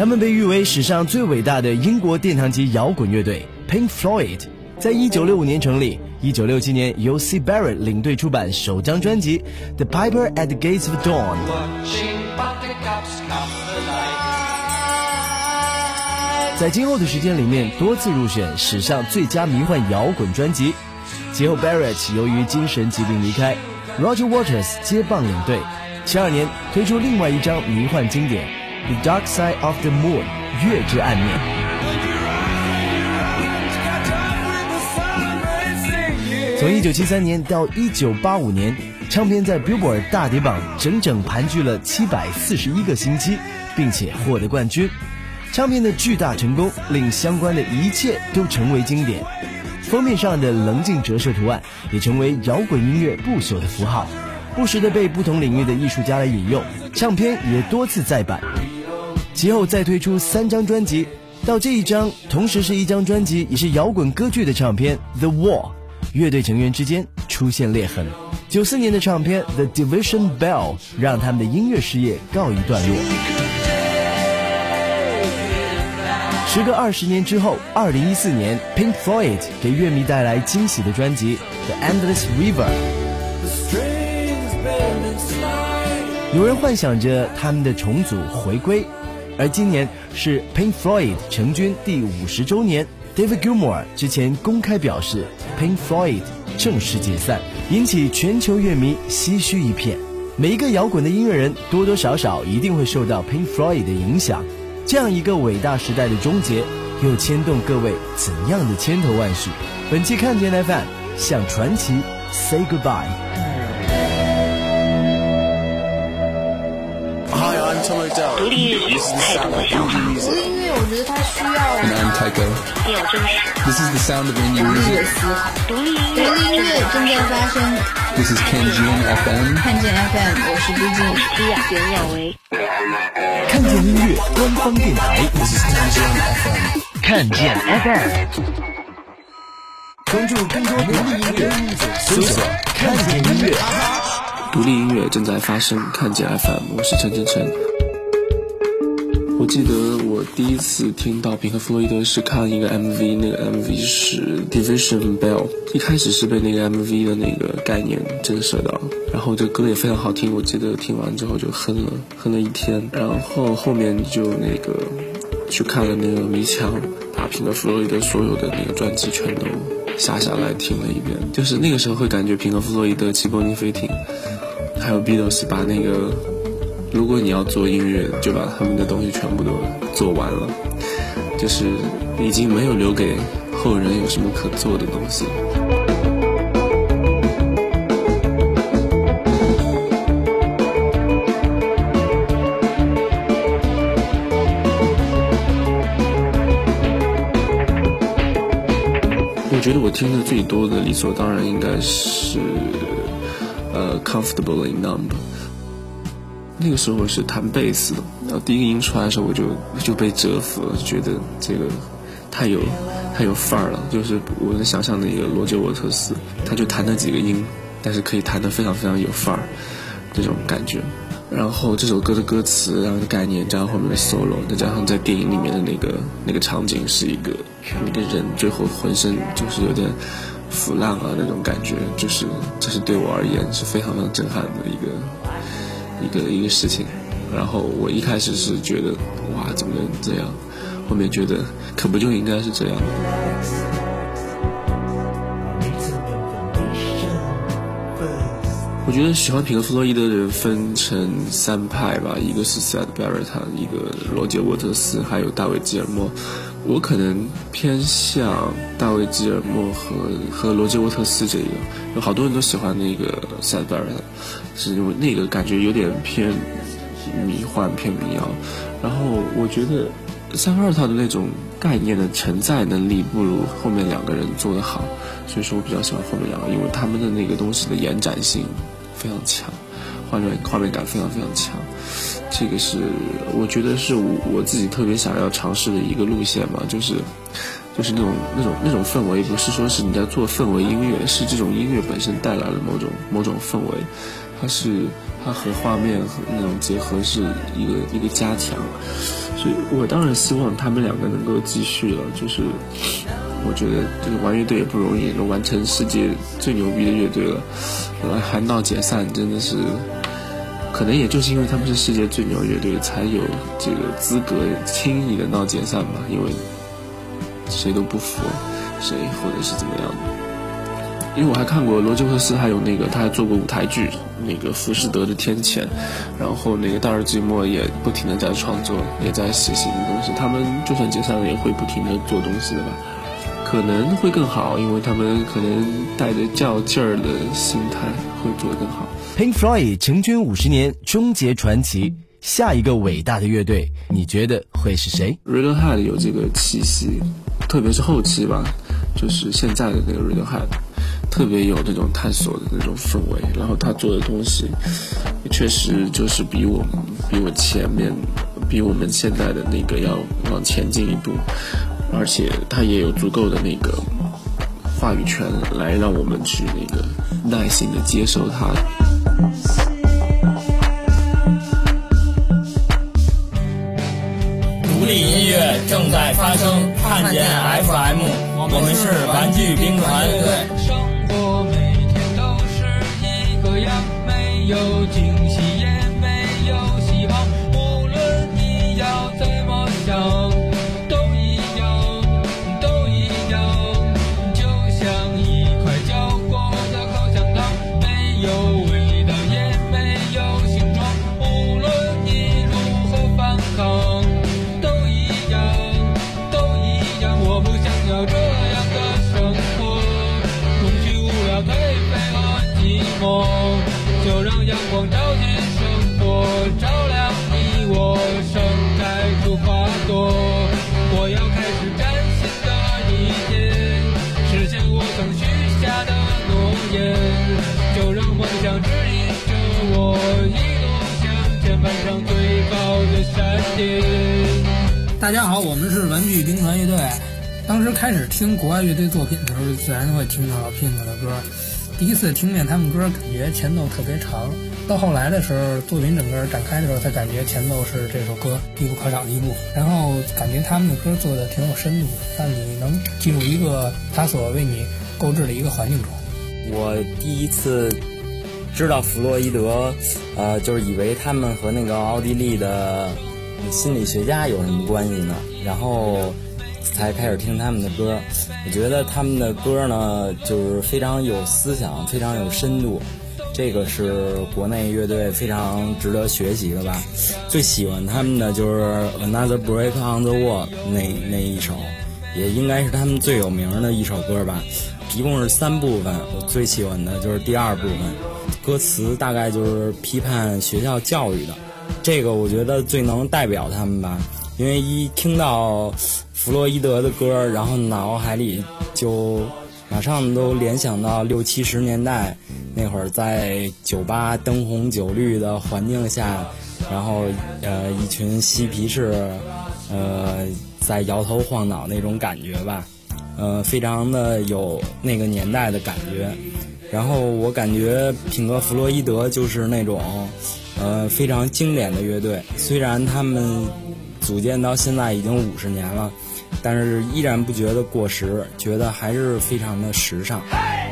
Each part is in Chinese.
他们被誉为史上最伟大的英国殿堂级摇滚乐队 Pink Floyd， 在1965年成立，1967年由 Syd Barrett 领队出版首张专辑 The Piper at the Gates of Dawn。 在今后的时间里面多次入选史上最佳迷幻摇滚专辑。其后 Barrett 由于精神疾病离开， Roger Waters 接棒领队，72年推出另外一张迷幻经典 The Dark Side of the Moon 月之暗面。从1973年到1985年，唱片在 Billboard 大碟榜整整盘踞了741个星期，并且获得冠军。唱片的巨大成功令相关的一切都成为经典，封面上的棱镜折射图案也成为摇滚音乐不朽的符号，不时地被不同领域的艺术家来引用，唱片也多次再版。其后再推出3张专辑，到这一张同时是一张专辑也是摇滚歌剧的唱片 The Wall， 乐队成员之间出现裂痕。94年的唱片 The Division Bell 让他们的音乐事业告一段落。时隔20年之后，2014年 Pink Floyd 给乐迷带来惊喜的专辑 The Endless River。 有人幻想着他们的重组回归，而今年是 Pink Floyd 成军第50周年， David Gilmour 之前公开表示 Pink Floyd 正式解散，引起全球乐迷唏嘘一片。每一个摇滚的音乐人多多少少一定会受到 Pink Floyd 的影响，这样一个伟大时代的终结，又牵动各位怎样的千头万绪？本期看见 FM 向传奇 say goodbye。Hi, I'm Tom O'Dell. 独立音乐太多的想法， 独立音乐我觉得它需要 And I'm Tycho. 没有真实。 This is the sound of indie 独立的 music. 思考。 独立音独立音乐正在发生。 This is KenGen FM. 看见 FM， 我是毕竟西亚袁娅维。 看见音乐官方电台 This is KenGen FM. 看见 FM， 关注更多独立音乐，搜索看见音乐。 独立音乐正在发生，看见 FM， 我是陈晨晨。我记得我第一次听到平克·弗洛伊德是看一个 MV， 那个 MV 是 Division Bell， 一开始是被那个 MV 的那个概念震慑到，然后这歌也非常好听，我记得听完之后就哼了一天，然后后面就那个去看了那个迷墙，把平克·弗洛伊德所有的那个专辑全都下来听了一遍，就是那个时候会感觉平克·弗洛伊德、齐柏林飞艇还有 Beatles 把那个，如果你要做音乐，就把他们的东西全部都做完了，就是已经没有留给后人有什么可做的东西。我觉得我听的最多的理所当然应该是Comfortably Numb。那个时候是弹贝斯的，然后第一个音出来的时候我就被折服了，就觉得这个太有范儿了，就是我能想象的一个罗杰沃特斯，他就弹那几个音，但是可以弹得非常非常有范儿，这种感觉。然后这首歌的歌词，然后概念，加上后面的 solo， 再加上在电影里面的那个场景，是一个人最后浑身就是有点腐烂啊那种感觉，就是这是对我而言是非常非常震撼的一个事情。然后我一开始是觉得哇怎么能这样，后面觉得可不就应该是这样。我觉得喜欢平克·弗洛伊德的人分成3派吧，一个是 Syd Barrett， 一个罗杰沃特斯，还有大卫吉尔莫。我可能偏向大卫吉尔莫和罗杰沃特斯这个，有好多人都喜欢那个 Syd Barrett， 是因为那个感觉有点偏迷幻偏民谣，然后我觉得Syd Barrett的那种概念的承载能力不如后面2个人做得好，所以说我比较喜欢后面2个，因为他们的那个东西的延展性非常强，画面感非常非常强，这个是我觉得是我自己特别想要尝试的一个路线嘛，就是那种氛围，不是说是你在做氛围音乐，是这种音乐本身带来了某种氛围，它是它和画面和那种结合是一个加强，所以我当然希望他们两个能够继续了。就是我觉得这个玩乐队也不容易，能完成世界最牛逼的乐队了，还闹解散，真的是。可能也就是因为他们是世界最牛乐队，才有这个资格轻易的闹解散吧，因为谁都不服谁，或者是怎么样的。因为我还看过罗杰克斯，还有那个他还做过舞台剧，那个浮士德的天谴，然后那个大日寂寞也不停的在创作，也在写新的东西。他们就算解散了，也会不停的做东西的吧，可能会更好，因为他们可能带着较劲儿的心态会做得更好。 Pink Floyd 成军50年，终结传奇，下一个伟大的乐队，你觉得会是谁？ Radiohead 有这个气息，特别是后期吧，就是现在的那个 Radiohead， 特别有那种探索的那种氛围，然后他做的东西确实就是比我们现在的那个要往前进一步，而且他也有足够的那个话语权来让我们去那个耐心的接受它。 独立音乐正在发生，看见 FM， 我们是玩具兵团乐队。 生活每天都是一个样，没有惊喜也没有希望，无论你要怎么想，都一样，都一样，就像一块焦过的口香糖，没有味道也没有形状，无论你如何反抗，都一样，都一样。我不想要这样的生活，空虚无聊颓废和寂寞，就让阳光照进生活，照亮你我，盛开出花朵。我要开始崭新的一天，实现我曾许下的诺言，就让梦想指引着我，一路向前攀上最高的山巅。 大家好，我们是玩具兵团乐队。当时开始听国外乐队作品的时候，自然会听到 Pink 的歌。第一次听见他们歌，感觉前奏特别长。到后来的时候，作品整个展开的时候，才感觉前奏是这首歌必不可少的一部分。然后感觉他们的歌做的挺有深度的，让你能进入一个他所为你购置的一个环境中。 我第一次知道弗洛伊德，就是以为他们和那个奥地利的心理学家有什么关系呢？然后才开始听他们的歌。我觉得他们的歌呢，就是非常有思想，非常有深度，这个是国内乐队非常值得学习的吧。最喜欢他们的就是 Another Brick on the Wall 那一首，也应该是他们最有名的一首歌吧。一共是3部分，我最喜欢的就是第2部分，歌词大概就是批判学校教育的，这个我觉得最能代表他们吧。因为一听到弗洛伊德的歌，然后脑海里就马上都联想到60、70年代那会儿在酒吧灯红酒绿的环境下，然后一群嬉皮士在摇头晃脑那种感觉吧，非常的有那个年代的感觉。然后我感觉品格弗洛伊德就是那种非常经典的乐队，虽然他们组建到现在已经50年了，但是依然不觉得过时，觉得还是非常的时尚。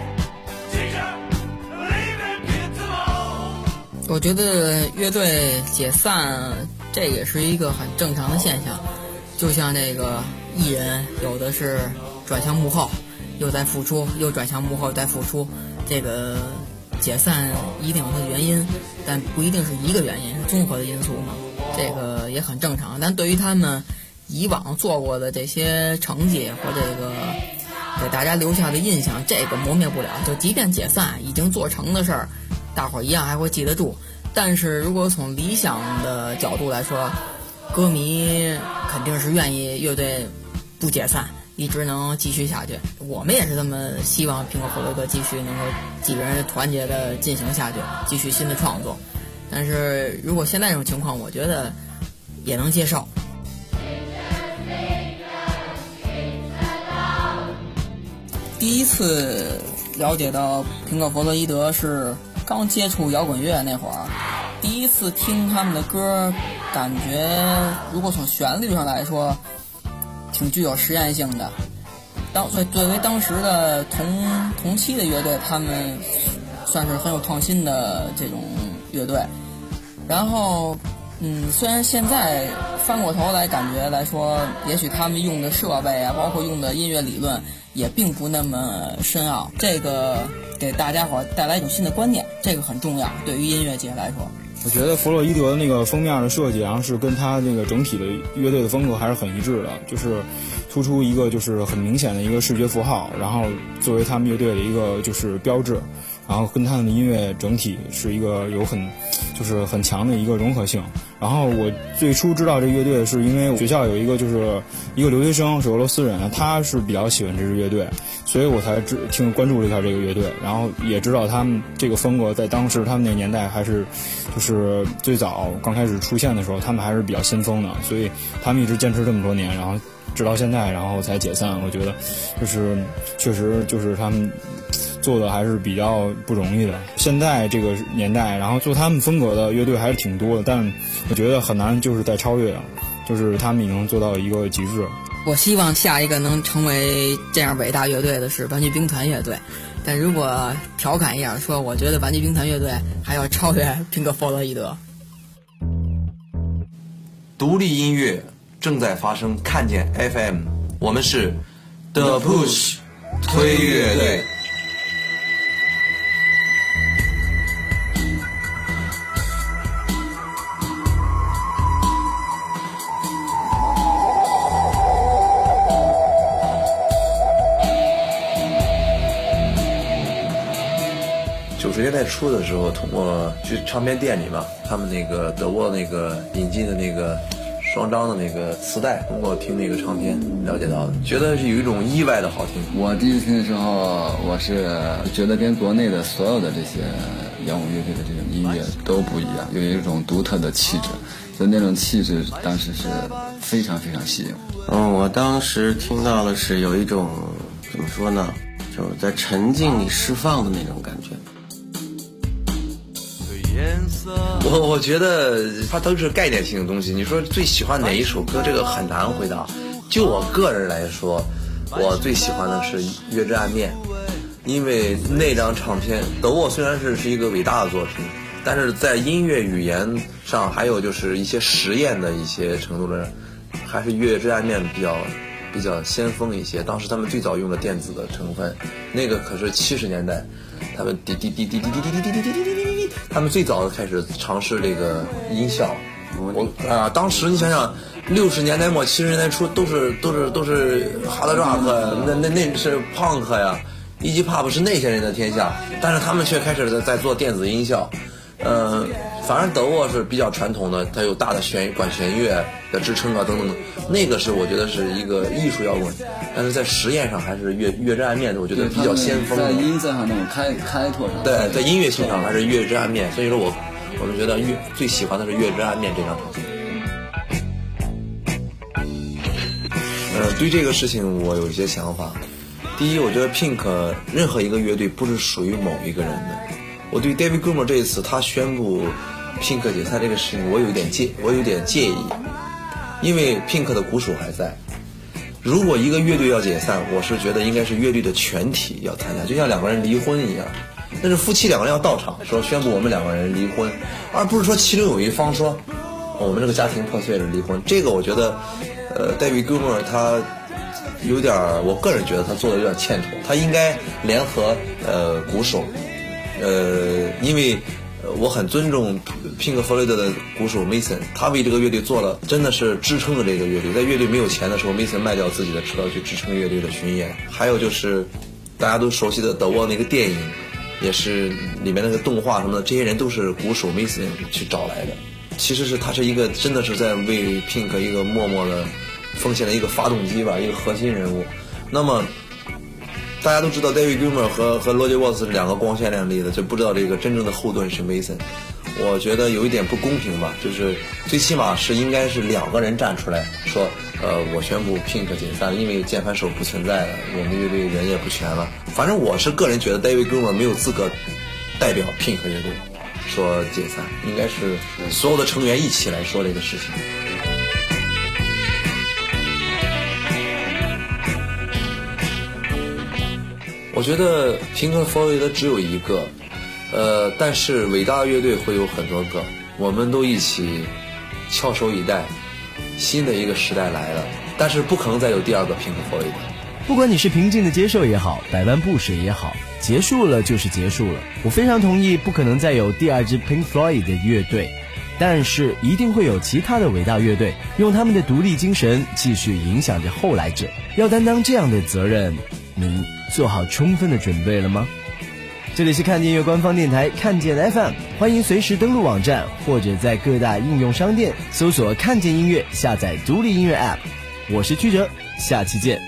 我觉得乐队解散这也是一个很正常的现象，就像这个艺人有的是转向幕后又在复出，又转向幕后再复出，这个解散一定有它的原因，但不一定是一个原因，是综合的因素嘛，这个也很正常。但对于他们以往做过的这些成绩和这个给大家留下的印象，这个磨灭不了，就即便解散已经做成的事儿，大伙儿一样还会记得住。但是如果从理想的角度来说，歌迷肯定是愿意乐队不解散，一直能继续下去。我们也是这么希望苹果弗洛伊德继续能够几个人团结的进行下去，继续新的创作。但是如果现在这种情况，我觉得也能接受。第一次了解到苹果弗洛伊德是刚接触摇滚乐那会儿， 第一次听他们的歌，感觉如果从旋律上来说，挺具有实验性的。作为当时的同期的乐队，他们算是很有创新的这种乐队。然后，虽然现在翻过头来感觉来说，也许他们用的设备啊，包括用的音乐理论也并不那么深奥，这个给大家伙带来一种新的观念，这个很重要，对于音乐界来说。 我觉得弗洛伊德那个封面的设计，然后是跟他那个整体的乐队的风格还是很一致的，就是突出一个就是很明显的一个视觉符号，然后作为他们乐队的一个就是标志，然后跟他们的音乐整体是一个有很强的一个融合性。然后我最初知道这个乐队是因为学校有一个留学生是俄罗斯人，他是比较喜欢这支乐队，所以我才关注了一下这个乐队，然后也知道他们这个风格在当时他们那个年代还是就是最早刚开始出现的时候，他们还是比较先锋的，所以他们一直坚持这么多年，然后直到现在，然后才解散。我觉得就是确实就是他们做的还是比较不容易的。现在这个年代，然后做他们风格的乐队还是挺多的，但我觉得很难就是再超越，就是他们已经做到一个极致。 我希望下一个能成为这样伟大乐队的是玩具兵团乐队，但如果调侃一样说，我觉得玩具兵团乐队还要超越平克·弗洛伊德。 独立音乐正在发生，看见 FM， 我们是 The Push 推乐队。90年代初的时候，通过去唱片店里嘛，他们那个德沃那个引进的那个双张的那个磁带，通过听那个唱片了解到的，觉得是有一种意外的好听。 我第一次听的时候，我是觉得跟国内的所有的这些摇滚乐队的这种音乐都不一样，有一种独特的气质，所以那种气质当时是非常非常吸引。 我当时听到的是有一种怎么说呢，就是在沉浸里释放的那种感觉。 我觉得它都是概念性的东西。你说最喜欢哪一首歌，这个很难回答。就我个人来说，我最喜欢的是《月之暗面》，因为那张唱片德沃虽然是一个伟大的作品，但是在音乐语言上还有就是一些实验的一些程度的，还是《月之暗面》比较先锋一些。当时他们最早用的电子的成分，那个可是70年代，他们他们最早的开始尝试这个音效。当时你想想，60年代末70年代初都是 hard rock， 那是 punk 呀，Iggy Pop 是那些人的天下，但是他们却开始在做电子音效。反正德沃是比较传统的，它有大的管弦乐的支撑啊等等，那个是我觉得是一个艺术摇滚，但是在实验上还是月之暗面我觉得比较先锋的， 在音色上那种开拓上， 对，在音乐性上还是月之暗面，所以说我们觉得最喜欢的是月之暗面这张唱片。对这个事情我有一些想法。第一，我觉得 Pink 任何一个乐队不是属于某一个人的。我对 David Gilmour 这一次他宣布 Pink 解散这个事情，我有点介意，因为 Pink 的鼓手还在。如果一个乐队要解散，我是觉得应该是乐队的全体要参加，就像两个人离婚一样，那是夫妻两个人要到场说宣布我们两个人离婚，而不是说其中有一方说我们这个家庭破碎了离婚。这个我觉得David Gilmour 他有点，我个人觉得他做的有点欠妥，他应该联合鼓手，因为我很尊重Pink Floyd 的鼓手 Mason， 他为这个乐队做了真的是支撑着这个乐队，在乐队没有钱的时候 Mason 卖掉自己的车去支撑乐队的巡演。还有就是大家都熟悉的 The Wall 那个电影，也是里面那个动画什么的，这些人都是鼓手 Mason 去找来的。其实是他是一个真的是在为 Pink 一个默默的奉献的一个发动机吧，一个核心人物。那么大家都知道 David Gilmour 和 Roger Waters 是两个光鲜亮丽的，就不知道这个真正的后盾是 Mason。我觉得有一点不公平吧，就是最起码是应该是两个人站出来说我宣布 Pink 解散，因为键盘手不存在了，我们乐队人也不全了。反正我是个人觉得 David Gilmour 没有资格代表 Pink 乐队， 说解散，应该是所有的成员一起来说这个事情。我觉得平克·弗洛伊德只有一个，但是伟大的乐队会有很多个，我们都一起翘首以待，新的一个时代来了，但是不可能再有第二个平克·弗洛伊德。 不管你是平静的接受也好，百般不舍也好，结束了就是结束了。我非常同意，不可能再有第二支 Pink Floyd 的乐队，但是一定会有其他的伟大乐队，用他们的独立精神继续影响着后来者。要担当这样的责任，你做好充分的准备了吗？这里是看见音乐官方电台看见 FM， 欢迎随时登录网站或者在各大应用商店搜索看见音乐，下载独立音乐 App。 我是曲哲，下期见。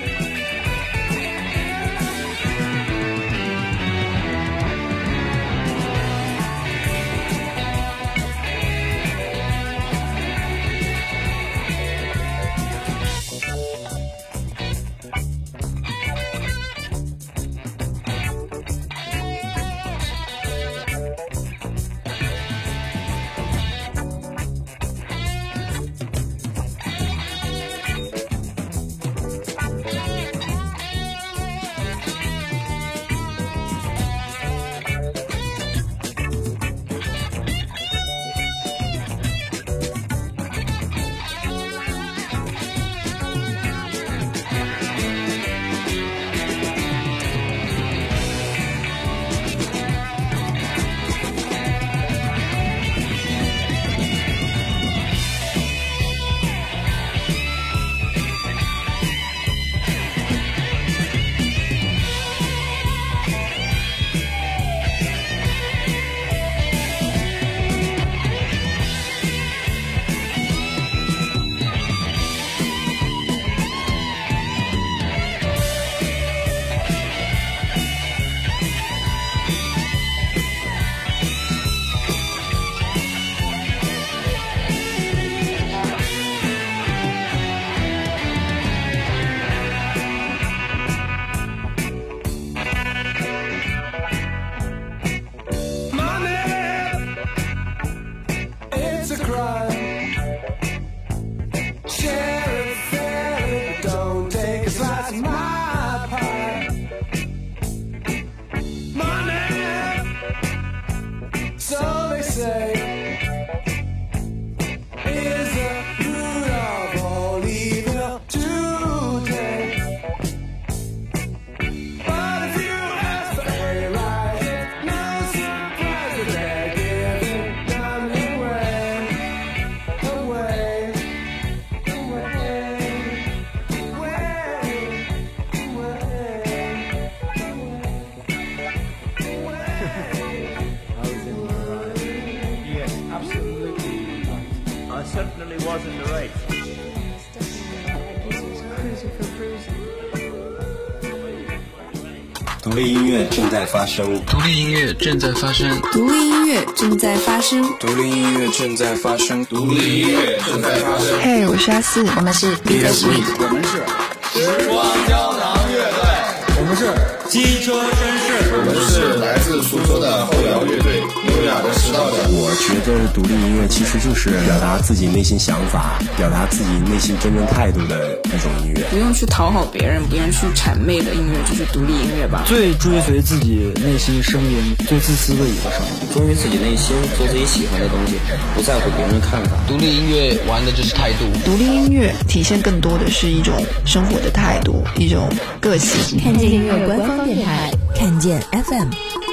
certainly was in the race. 独立音乐正在发生， 独立音乐正在发生， 独立音乐正在发生， 独立音乐正在发生， 独立音乐正在发生。 嘿，我是阿四，我们是 Bittersweet， 我们是时光胶囊乐队，我们是机车绅士， 我们是来自苏州的后摇乐队优雅的拾道者。 我觉得独立音乐其实就是表达自己内心想法，表达自己内心真正态度的一种音乐， 不用去讨好别人，不用去谄媚的音乐就是独立音乐吧。 最追随自己内心声音，最自私的一个声音， 忠于自己内心，做自己喜欢的东西，不在乎别人的看法。 独立音乐玩的就是态度， 独立音乐体现更多的是一种生活的态度，一种个性。 看见音乐官方电台，看见 FM。